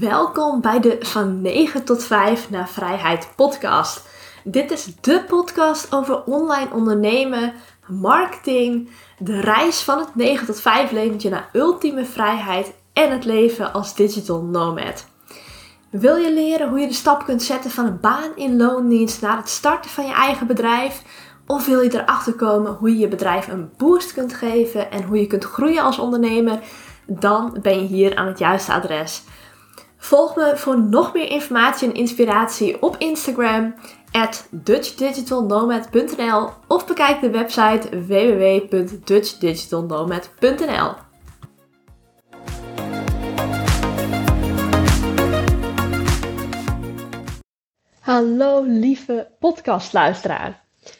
Welkom bij de Van 9 tot 5 naar Vrijheid podcast. Dit is de podcast over online ondernemen, marketing, de reis van het 9 tot 5 leventje naar ultieme vrijheid en het leven als digital nomad. Wil je leren hoe je de stap kunt zetten van een baan in loondienst naar het starten van je eigen bedrijf? Of wil je erachter komen hoe je je bedrijf een boost kunt geven en hoe je kunt groeien als ondernemer? Dan ben je hier aan het juiste adres. Volg me voor nog meer informatie en inspiratie op Instagram @dutchdigitalnomad.nl of bekijk de website www.dutchdigitalnomad.nl. Hallo lieve podcastluisteraar.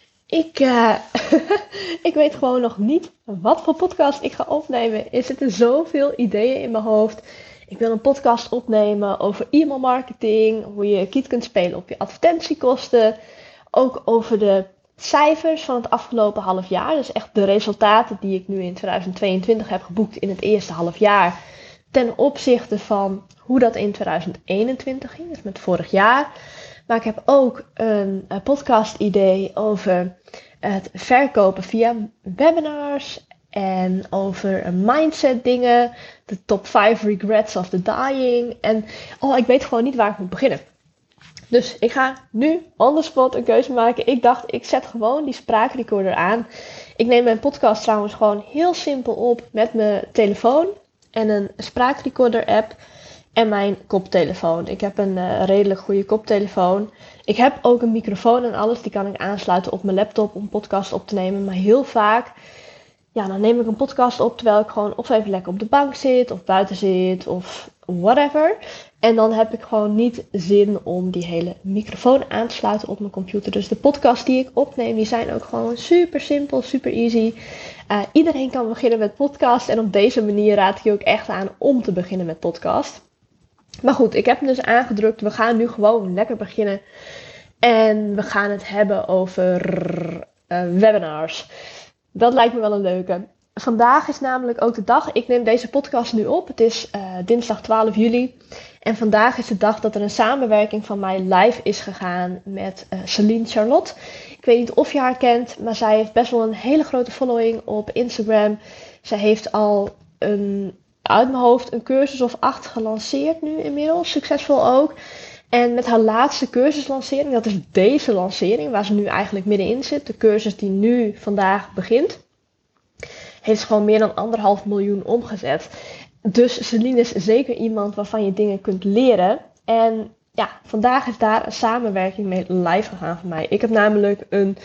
Ik weet gewoon nog niet wat voor podcast ik ga opnemen. Er zitten zoveel ideeën in mijn hoofd. Ik wil een podcast opnemen over e-mail marketing, hoe je kiet kunt spelen op je advertentiekosten. Ook over de cijfers van het afgelopen half jaar. Dus echt de resultaten die ik nu in 2022 heb geboekt in het eerste half jaar. Ten opzichte van hoe dat in 2021 ging, dus met vorig jaar. Maar ik heb ook een podcast idee over het verkopen via webinars. En over mindset dingen. De top 5 regrets of the dying. En ik weet gewoon niet waar ik moet beginnen. Dus ik ga nu on the spot een keuze maken. Ik dacht, ik zet gewoon die spraakrecorder aan. Ik neem mijn podcast trouwens gewoon heel simpel op met mijn telefoon. En een spraakrecorder app. En mijn koptelefoon. Ik heb een redelijk goede koptelefoon. Ik heb ook een microfoon en alles. Die kan ik aansluiten op mijn laptop om podcast op te nemen. Maar heel vaak, dan neem ik een podcast op terwijl ik gewoon of even lekker op de bank zit. Of buiten zit of whatever. En dan heb ik gewoon niet zin om die hele microfoon aan te sluiten op mijn computer. Dus de podcasts die ik opneem, die zijn ook gewoon super simpel, super easy. Iedereen kan beginnen met podcast. En op deze manier raad ik je ook echt aan om te beginnen met podcast. Maar goed, ik heb hem dus aangedrukt. We gaan nu gewoon lekker beginnen. En we gaan het hebben over webinars. Dat lijkt me wel een leuke. Vandaag is namelijk ook de dag. Ik neem deze podcast nu op. Het is dinsdag 12 juli. En vandaag is de dag dat er een samenwerking van mij live is gegaan met Celine Charlotte. Ik weet niet of je haar kent, maar zij heeft best wel een hele grote following op Instagram. Zij heeft al uit mijn hoofd een cursus of 8 gelanceerd nu inmiddels. Succesvol ook. En met haar laatste cursuslancering, dat is deze lancering waar ze nu eigenlijk middenin zit. De cursus die nu vandaag begint. Heeft ze gewoon meer dan 1,5 miljoen omgezet. Dus Celine is zeker iemand waarvan je dingen kunt leren. En vandaag is daar een samenwerking mee live gegaan van mij. Ik heb namelijk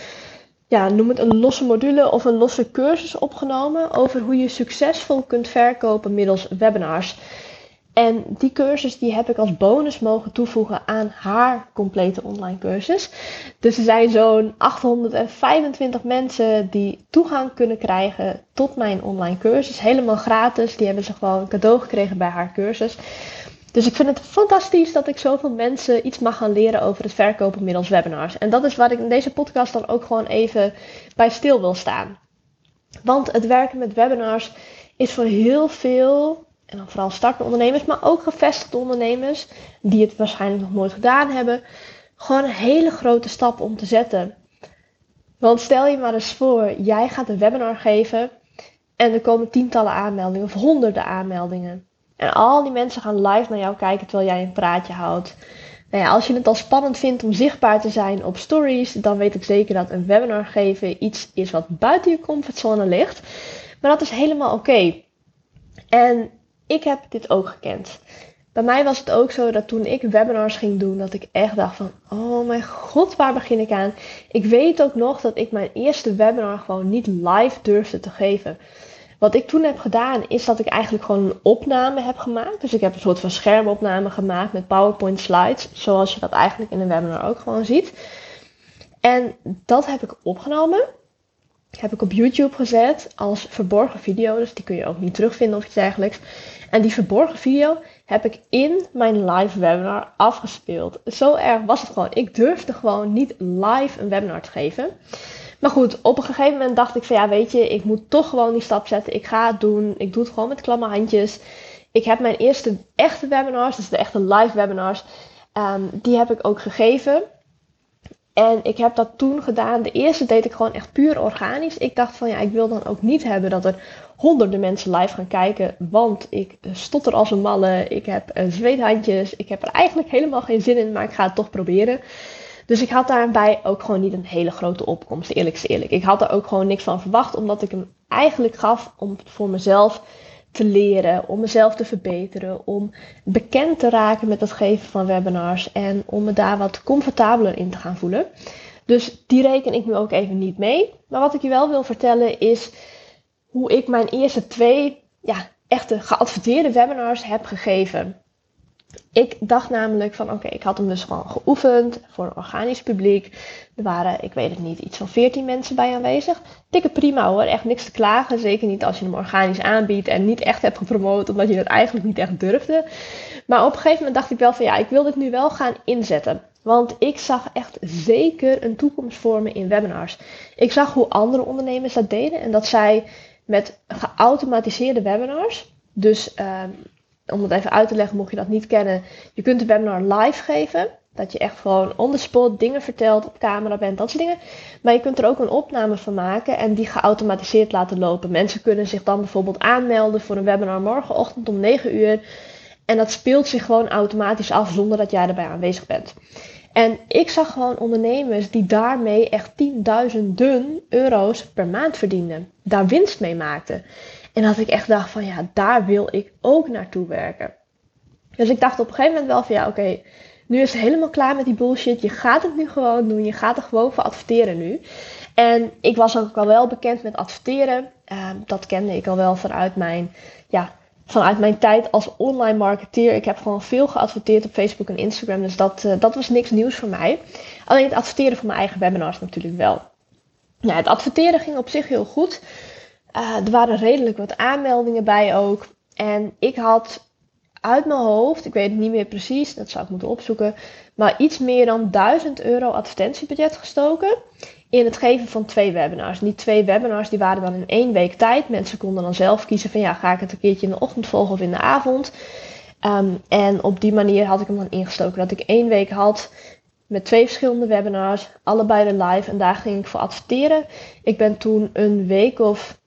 noem het een losse module of een losse cursus opgenomen over hoe je succesvol kunt verkopen middels webinars. En die cursus die heb ik als bonus mogen toevoegen aan haar complete online cursus. Dus er zijn zo'n 825 mensen die toegang kunnen krijgen tot mijn online cursus. Helemaal gratis. Die hebben ze gewoon cadeau gekregen bij haar cursus. Dus ik vind het fantastisch dat ik zoveel mensen iets mag gaan leren over het verkopen middels webinars. En dat is waar ik in deze podcast dan ook gewoon even bij stil wil staan. Want het werken met webinars is voor heel veel, en dan vooral startende ondernemers, maar ook gevestigde ondernemers, die het waarschijnlijk nog nooit gedaan hebben, gewoon een hele grote stap om te zetten. Want stel je maar eens voor, jij gaat een webinar geven en er komen tientallen aanmeldingen of honderden aanmeldingen. En al die mensen gaan live naar jou kijken terwijl jij een praatje houdt. Als je het al spannend vindt om zichtbaar te zijn op stories, dan weet ik zeker dat een webinar geven iets is wat buiten je comfortzone ligt. Maar dat is helemaal oké. En ik heb dit ook gekend. Bij mij was het ook zo dat toen ik webinars ging doen, dat ik echt dacht van, oh mijn god, waar begin ik aan? Ik weet ook nog dat ik mijn eerste webinar gewoon niet live durfde te geven. Wat ik toen heb gedaan is dat ik eigenlijk gewoon een opname heb gemaakt. Dus ik heb een soort van schermopname gemaakt met PowerPoint slides. Zoals je dat eigenlijk in een webinar ook gewoon ziet. En dat heb ik opgenomen. Heb ik op YouTube gezet als verborgen video. Dus die kun je ook niet terugvinden of iets dergelijks. En die verborgen video heb ik in mijn live webinar afgespeeld. Zo erg was het gewoon. Ik durfde gewoon niet live een webinar te geven. Maar goed, op een gegeven moment dacht ik van weet je, ik moet toch gewoon die stap zetten. Ik ga het doen. Ik doe het gewoon met klamme handjes. ik heb mijn eerste echte webinars, dus de echte live webinars, die heb ik ook gegeven. En ik heb dat toen gedaan. De eerste deed ik gewoon echt puur organisch. Ik dacht van ik wil dan ook niet hebben dat er honderden mensen live gaan kijken. Want ik stotter als een malle. Ik heb zweethandjes. Ik heb er eigenlijk helemaal geen zin in, maar ik ga het toch proberen. Dus ik had daarbij ook gewoon niet een hele grote opkomst, eerlijk is eerlijk. Ik had er ook gewoon niks van verwacht, omdat ik hem eigenlijk gaf om voor mezelf te leren, om mezelf te verbeteren, om bekend te raken met het geven van webinars en om me daar wat comfortabeler in te gaan voelen. Dus die reken ik nu ook even niet mee. Maar wat ik je wel wil vertellen is hoe ik mijn eerste 2 echte geadverteerde webinars heb gegeven. Ik dacht namelijk van oké, ik had hem dus gewoon geoefend voor een organisch publiek. Er waren, ik weet het niet, iets van 14 mensen bij aanwezig. Dikke prima hoor, echt niks te klagen. Zeker niet als je hem organisch aanbiedt en niet echt hebt gepromoot, omdat je het eigenlijk niet echt durfde. Maar op een gegeven moment dacht ik wel van ik wil dit nu wel gaan inzetten. Want ik zag echt zeker een toekomst vormen in webinars. Ik zag hoe andere ondernemers dat deden en dat zij met geautomatiseerde webinars, dus om het even uit te leggen, mocht je dat niet kennen. Je kunt de webinar live geven. Dat je echt gewoon on the spot dingen vertelt, op camera bent, dat soort dingen. Maar je kunt er ook een opname van maken en die geautomatiseerd laten lopen. Mensen kunnen zich dan bijvoorbeeld aanmelden voor een webinar morgenochtend om 9 uur. En dat speelt zich gewoon automatisch af zonder dat jij erbij aanwezig bent. En ik zag gewoon ondernemers die daarmee echt tienduizenden euro's per maand verdienden. Daar winst mee maakten. En dat ik echt dacht van daar wil ik ook naartoe werken. Dus ik dacht op een gegeven moment wel van oké, nu is het helemaal klaar met die bullshit. Je gaat het nu gewoon doen. Je gaat er gewoon voor adverteren nu. En ik was ook al wel bekend met adverteren. Dat kende ik al wel vanuit mijn tijd als online marketeer. Ik heb gewoon veel geadverteerd op Facebook en Instagram. Dus dat was niks nieuws voor mij. Alleen het adverteren van mijn eigen webinars natuurlijk wel. Het adverteren ging op zich heel goed. Er waren redelijk wat aanmeldingen bij ook. En ik had uit mijn hoofd, ik weet het niet meer precies, dat zou ik moeten opzoeken, maar iets meer dan €1000 advertentiebudget gestoken in het geven van 2 webinars. En die 2 webinars die waren dan in 1 week tijd. Mensen konden dan zelf kiezen van ga ik het een keertje in de ochtend volgen of in de avond. En op die manier had ik hem dan ingestoken dat ik 1 week had met 2 verschillende webinars, allebei de live en daar ging ik voor adverteren. Ik ben toen een week of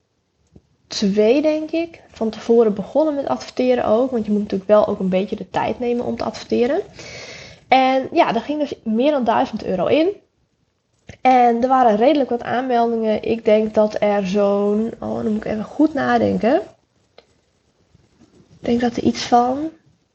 2 denk ik van tevoren begonnen met adverteren ook. Want je moet natuurlijk wel ook een beetje de tijd nemen om te adverteren. En daar ging dus meer dan €1000 in. En er waren redelijk wat aanmeldingen. Ik denk dat er zo'n, dan moet ik even goed nadenken. Ik denk dat er iets van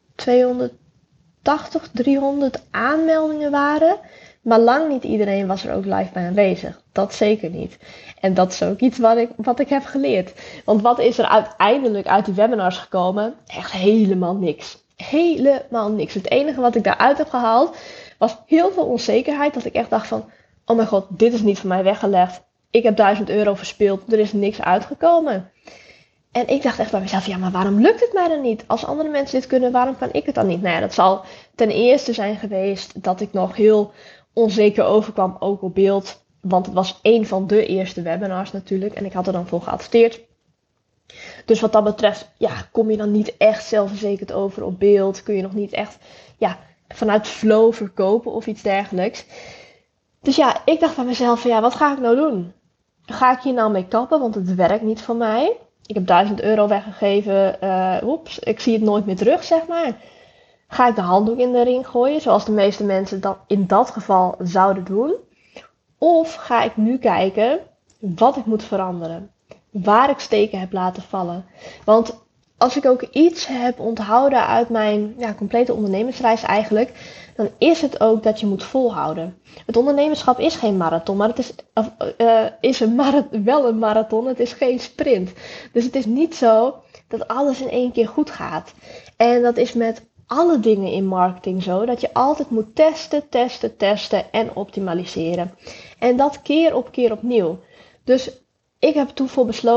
280, 300 aanmeldingen waren. Maar lang niet iedereen was er ook live bij aanwezig. Dat zeker niet. En dat is ook iets wat ik heb geleerd. Want wat is er uiteindelijk uit die webinars gekomen? Echt helemaal niks. Helemaal niks. Het enige wat ik daaruit heb gehaald was heel veel onzekerheid. Dat ik echt dacht van, oh mijn god, dit is niet voor mij weggelegd. Ik heb €1000 verspeeld. Er is niks uitgekomen. En ik dacht echt bij mezelf, maar waarom lukt het mij dan niet? Als andere mensen dit kunnen, waarom kan ik het dan niet? Dat zal ten eerste zijn geweest dat ik nog heel onzeker overkwam, ook op beeld. Want het was 1 van de eerste webinars natuurlijk. En ik had er dan voor geadverteerd. Dus wat dat betreft, kom je dan niet echt zelfverzekerd over op beeld. Kun je nog niet echt vanuit flow verkopen of iets dergelijks. Dus ik dacht bij mezelf van wat ga ik nou doen? Ga ik hier nou mee kappen? Want het werkt niet voor mij. Ik heb €1000 weggegeven. Ik zie het nooit meer terug, zeg maar. Ga ik de handdoek in de ring gooien, zoals de meeste mensen dat in dat geval zouden doen? Of ga ik nu kijken wat ik moet veranderen? Waar ik steken heb laten vallen? Want als ik ook iets heb onthouden uit mijn complete ondernemersreis eigenlijk, dan is het ook dat je moet volhouden. Het ondernemerschap is geen marathon, maar het is wel een marathon. Het is geen sprint. Dus het is niet zo dat alles in 1 keer goed gaat. En dat is met alle dingen in marketing zo, dat je altijd moet testen en optimaliseren. En dat keer op keer opnieuw. Dus ik heb toen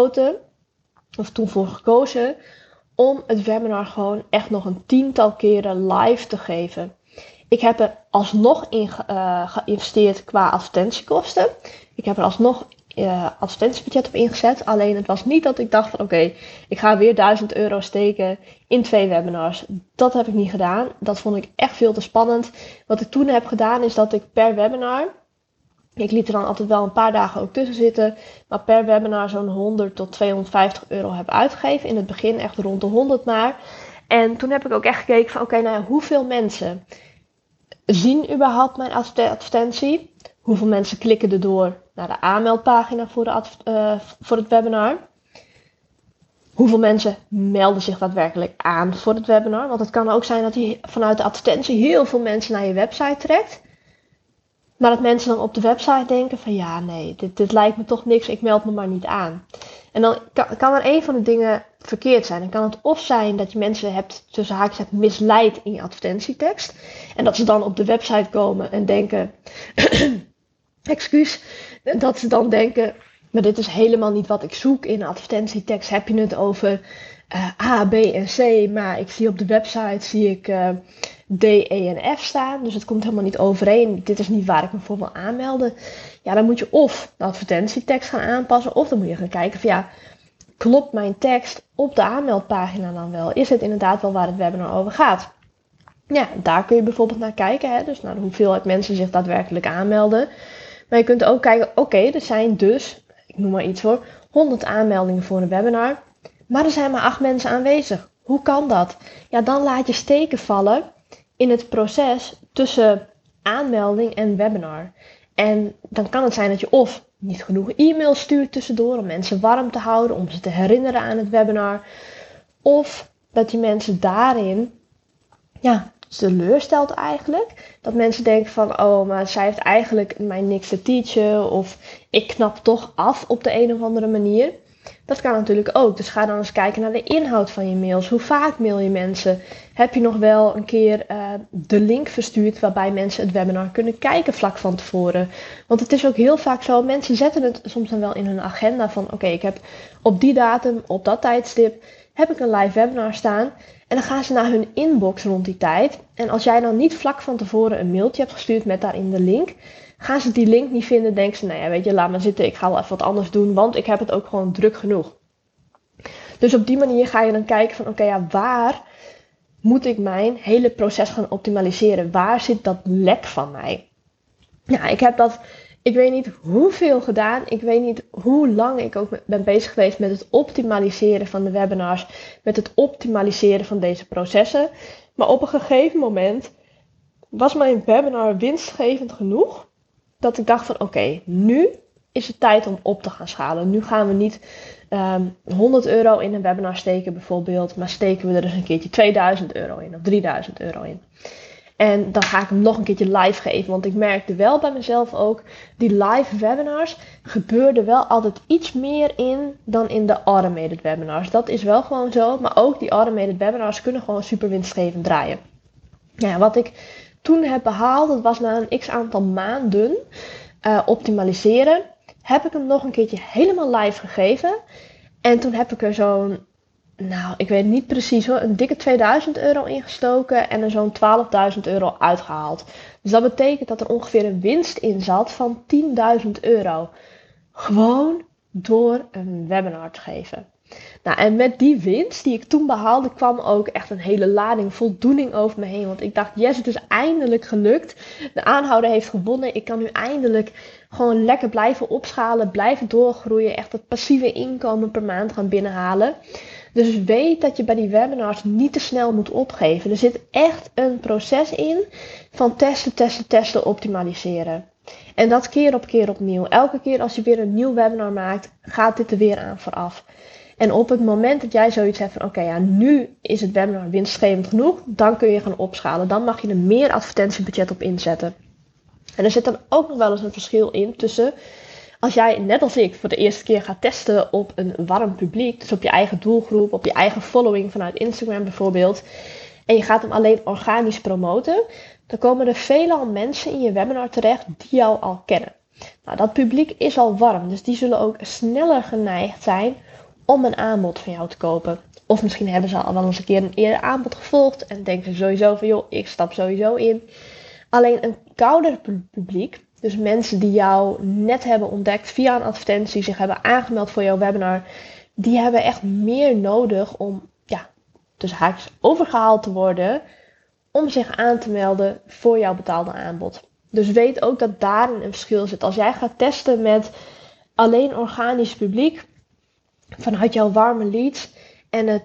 voor gekozen om het webinar gewoon echt nog een 10-tal keren live te geven. Ik heb er alsnog in geïnvesteerd qua advertentiekosten. Ik heb er alsnog advertentiebudget op ingezet. Alleen het was niet dat ik dacht van oké, ik ga weer €1000 steken in 2 webinars. Dat heb ik niet gedaan. Dat vond ik echt veel te spannend. Wat ik toen heb gedaan is dat ik per webinar, ik liet er dan altijd wel een paar dagen ook tussen zitten, maar per webinar zo'n €100 tot €250 heb uitgegeven. In het begin echt rond de 100 maar. En toen heb ik ook echt gekeken van oké, nou ja, hoeveel mensen zien überhaupt mijn advertentie? Hoeveel mensen klikken erdoor naar de aanmeldpagina voor het webinar? Hoeveel mensen melden zich daadwerkelijk aan voor het webinar? Want het kan ook zijn dat je vanuit de advertentie heel veel mensen naar je website trekt. Maar dat mensen dan op de website denken van ja, nee, dit lijkt me toch niks, ik meld me maar niet aan. En dan kan er een van de dingen verkeerd zijn. Dan kan het of zijn dat je mensen hebt tussen haakjes misleid in je advertentietekst. En dat ze dan op de website komen en denken, dat ze dan denken, maar dit is helemaal niet wat ik zoek. In een advertentietekst heb je het over A, B en C, maar ik zie op de website D, E en F staan. Dus het komt helemaal niet overeen. Dit is niet waar ik me voor wil aanmelden. Ja, dan moet je of de advertentietekst gaan aanpassen, of dan moet je gaan kijken van ja, klopt mijn tekst op de aanmeldpagina dan wel? Is het inderdaad wel waar het webinar over gaat? Ja, daar kun je bijvoorbeeld naar kijken. Hè? Dus naar de hoeveelheid mensen zich daadwerkelijk aanmelden. Maar je kunt ook kijken, oké, er zijn dus, ik noem maar iets hoor, 100 aanmeldingen voor een webinar. Maar er zijn maar 8 mensen aanwezig. Hoe kan dat? Ja, dan laat je steken vallen in het proces tussen aanmelding en webinar. En dan kan het zijn dat je of niet genoeg e-mails stuurt tussendoor om mensen warm te houden, om ze te herinneren aan het webinar. Of dat je mensen daarin teleurstelt eigenlijk. Dat mensen denken van, oh, maar zij heeft eigenlijk mij niks te teachen. Of ik knap toch af op de een of andere manier. Dat kan natuurlijk ook. Dus ga dan eens kijken naar de inhoud van je mails. Hoe vaak mail je mensen? Heb je nog wel een keer de link verstuurd waarbij mensen het webinar kunnen kijken vlak van tevoren? Want het is ook heel vaak zo, mensen zetten het soms dan wel in hun agenda van oké, ik heb op die datum, op dat tijdstip, heb ik een live webinar staan. En dan gaan ze naar hun inbox rond die tijd. En als jij dan niet vlak van tevoren een mailtje hebt gestuurd met daarin de link, gaan ze die link niet vinden, denken ze, nou ja, weet je, laat maar zitten, ik ga wel even wat anders doen, want ik heb het ook gewoon druk genoeg. Dus op die manier ga je dan kijken van, oké, waar moet ik mijn hele proces gaan optimaliseren? Waar zit dat lek van mij? Ja, ik weet niet hoeveel gedaan, ik weet niet hoe lang ik ook ben bezig geweest met het optimaliseren van de webinars, met het optimaliseren van deze processen. Maar op een gegeven moment was mijn webinar winstgevend genoeg dat ik dacht van oké, nu is het tijd om op te gaan schalen. Nu gaan we niet €100 in een webinar steken bijvoorbeeld, maar steken we er dus een keertje €2000 in of €3000 in. En dan ga ik hem nog een keertje live geven, want ik merkte wel bij mezelf ook, die live webinars gebeurde wel altijd iets meer in dan in de automated webinars. Dat is wel gewoon zo, maar ook die automated webinars kunnen gewoon super winstgevend draaien. Ja, wat ik toen heb behaald, dat was na een x-aantal maanden optimaliseren, heb ik hem nog een keertje helemaal live gegeven. En toen heb ik er zo'n, ik weet niet precies hoor, een dikke €2000 ingestoken en er zo'n €12.000 uitgehaald. Dus dat betekent dat er ongeveer een winst in zat van €10.000. Gewoon door een webinar te geven. Nou, en met die winst die ik toen behaalde, kwam ook echt een hele lading voldoening over me heen. Want ik dacht, yes, het is eindelijk gelukt. De aanhouder heeft gewonnen. Ik kan nu eindelijk gewoon lekker blijven opschalen, blijven doorgroeien. Echt dat passieve inkomen per maand gaan binnenhalen. Dus weet dat je bij die webinars niet te snel moet opgeven. Er zit echt een proces in van testen, optimaliseren. En dat keer op keer opnieuw. Elke keer als je weer een nieuw webinar maakt, gaat dit er weer aan vooraf. En op het moment dat jij zoiets hebt van oké, nu is het webinar winstgevend genoeg, dan kun je gaan opschalen. Dan mag je er meer advertentiebudget op inzetten. En er zit dan ook nog wel eens een verschil in tussen als jij, net als ik, voor de eerste keer gaat testen op een warm publiek, dus op je eigen doelgroep, op je eigen following vanuit Instagram bijvoorbeeld, en je gaat hem alleen organisch promoten, dan komen er veelal mensen in je webinar terecht die jou al kennen. Nou, dat publiek is al warm, dus die zullen ook sneller geneigd zijn om een aanbod van jou te kopen. Of misschien hebben ze al wel eens een keer een eerder aanbod gevolgd en denken ze sowieso van joh, ik stap sowieso in. Alleen een kouder publiek, Dus mensen die jou net hebben ontdekt via een advertentie, zich hebben aangemeld voor jouw webinar, die hebben echt meer nodig om, dus haakjes overgehaald te worden, om zich aan te melden voor jouw betaalde aanbod. Dus weet ook dat daarin een verschil zit. Als jij gaat testen met alleen organisch publiek, vanuit jouw warme leads, en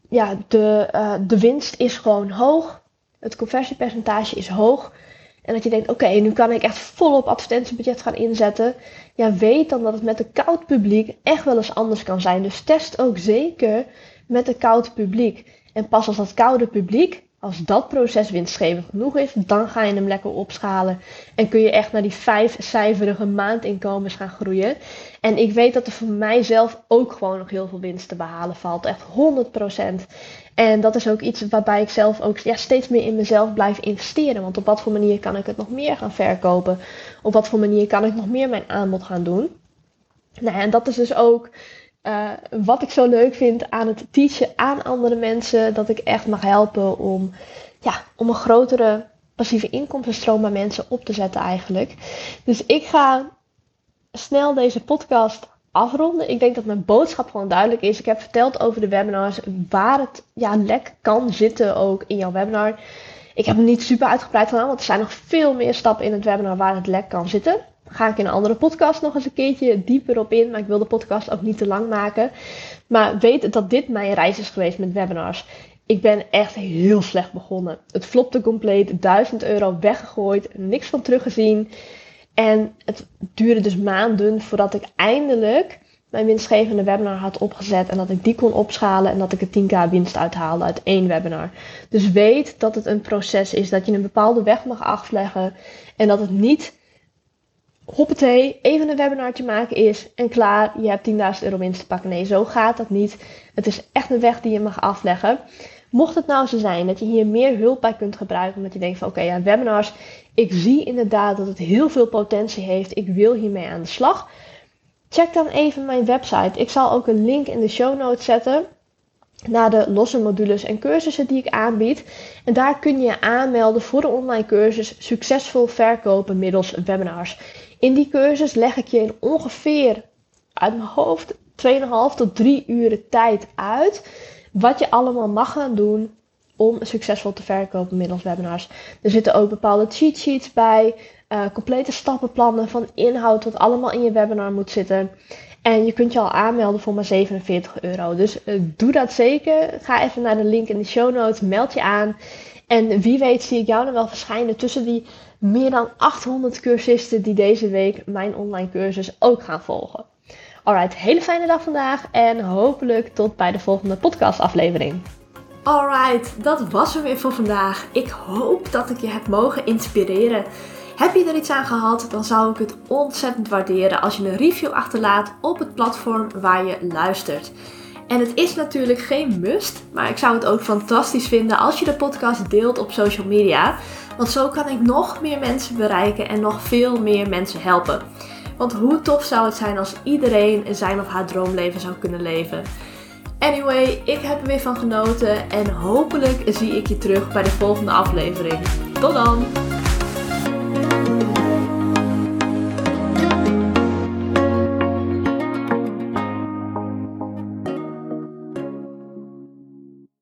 de winst is gewoon hoog, het conversiepercentage is hoog, en dat je denkt, oké, nu kan ik echt volop advertentiebudget gaan inzetten. Ja, weet dan dat het met een koud publiek echt wel eens anders kan zijn. Dus test ook zeker met een koud publiek. En pas als dat koude publiek, als dat proces winstgevend genoeg is, dan ga je hem lekker opschalen. En kun je echt naar die 5-cijferige maandinkomens gaan groeien. En ik weet dat er voor mijzelf ook gewoon nog heel veel winst te behalen valt. Echt 100%. En dat is ook iets waarbij ik zelf ook steeds meer in mezelf blijf investeren. Want op wat voor manier kan ik het nog meer gaan verkopen? Op wat voor manier kan ik nog meer mijn aanbod gaan doen? Nou ja, en dat is dus ook wat ik zo leuk vind aan het teachen aan andere mensen. Dat ik echt mag helpen om een grotere passieve inkomstenstroom bij mensen op te zetten eigenlijk. Dus ik ga snel deze podcast afronden. Ik denk dat mijn boodschap gewoon duidelijk is. Ik heb verteld over de webinars, waar het lek kan zitten ook in jouw webinar. Ik heb hem niet super uitgebreid gedaan, want er zijn nog veel meer stappen in het webinar waar het lek kan zitten. Daar ga ik in een andere podcast nog eens een keertje dieper op in, maar ik wil de podcast ook niet te lang maken. Maar weet dat dit mijn reis is geweest met webinars. Ik ben echt heel slecht begonnen. Het flopte compleet, €1000 weggegooid, niks van teruggezien. En het duurde dus maanden voordat ik eindelijk mijn winstgevende webinar had opgezet. En dat ik die kon opschalen en dat ik er 10.000 winst uithaalde uit 1 webinar. Dus weet dat het een proces is, dat je een bepaalde weg mag afleggen. En dat het niet, hoppatee, even een webinartje maken is en klaar, je hebt €10.000 winst te pakken. Nee, zo gaat dat niet. Het is echt een weg die je mag afleggen. Mocht het nou zo zijn dat je hier meer hulp bij kunt gebruiken, omdat je denkt van webinars, ik zie inderdaad dat het heel veel potentie heeft, ik wil hiermee aan de slag. Check dan even mijn website. Ik zal ook een link in de show notes zetten naar de losse modules en cursussen die ik aanbied. En daar kun je je aanmelden voor de online cursus Succesvol verkopen middels webinars. In die cursus leg ik je in ongeveer, uit mijn hoofd, 2,5 tot 3 uur tijd uit wat je allemaal mag gaan doen om succesvol te verkopen middels webinars. Er zitten ook bepaalde cheat sheets bij, complete stappenplannen van inhoud wat allemaal in je webinar moet zitten. En je kunt je al aanmelden voor maar €47. Dus doe dat zeker. Ga even naar de link in de show notes, meld je aan. En wie weet zie ik jou dan wel verschijnen tussen die meer dan 800 cursisten die deze week mijn online cursus ook gaan volgen. Alright, hele fijne dag vandaag en hopelijk tot bij de volgende podcastaflevering. Alright, dat was hem weer voor vandaag. Ik hoop dat ik je heb mogen inspireren. Heb je er iets aan gehad, dan zou ik het ontzettend waarderen als je een review achterlaat op het platform waar je luistert. En het is natuurlijk geen must, maar ik zou het ook fantastisch vinden als je de podcast deelt op social media. Want zo kan ik nog meer mensen bereiken en nog veel meer mensen helpen. Want hoe tof zou het zijn als iedereen zijn of haar droomleven zou kunnen leven. Anyway, ik heb er weer van genoten en hopelijk zie ik je terug bij de volgende aflevering. Tot dan!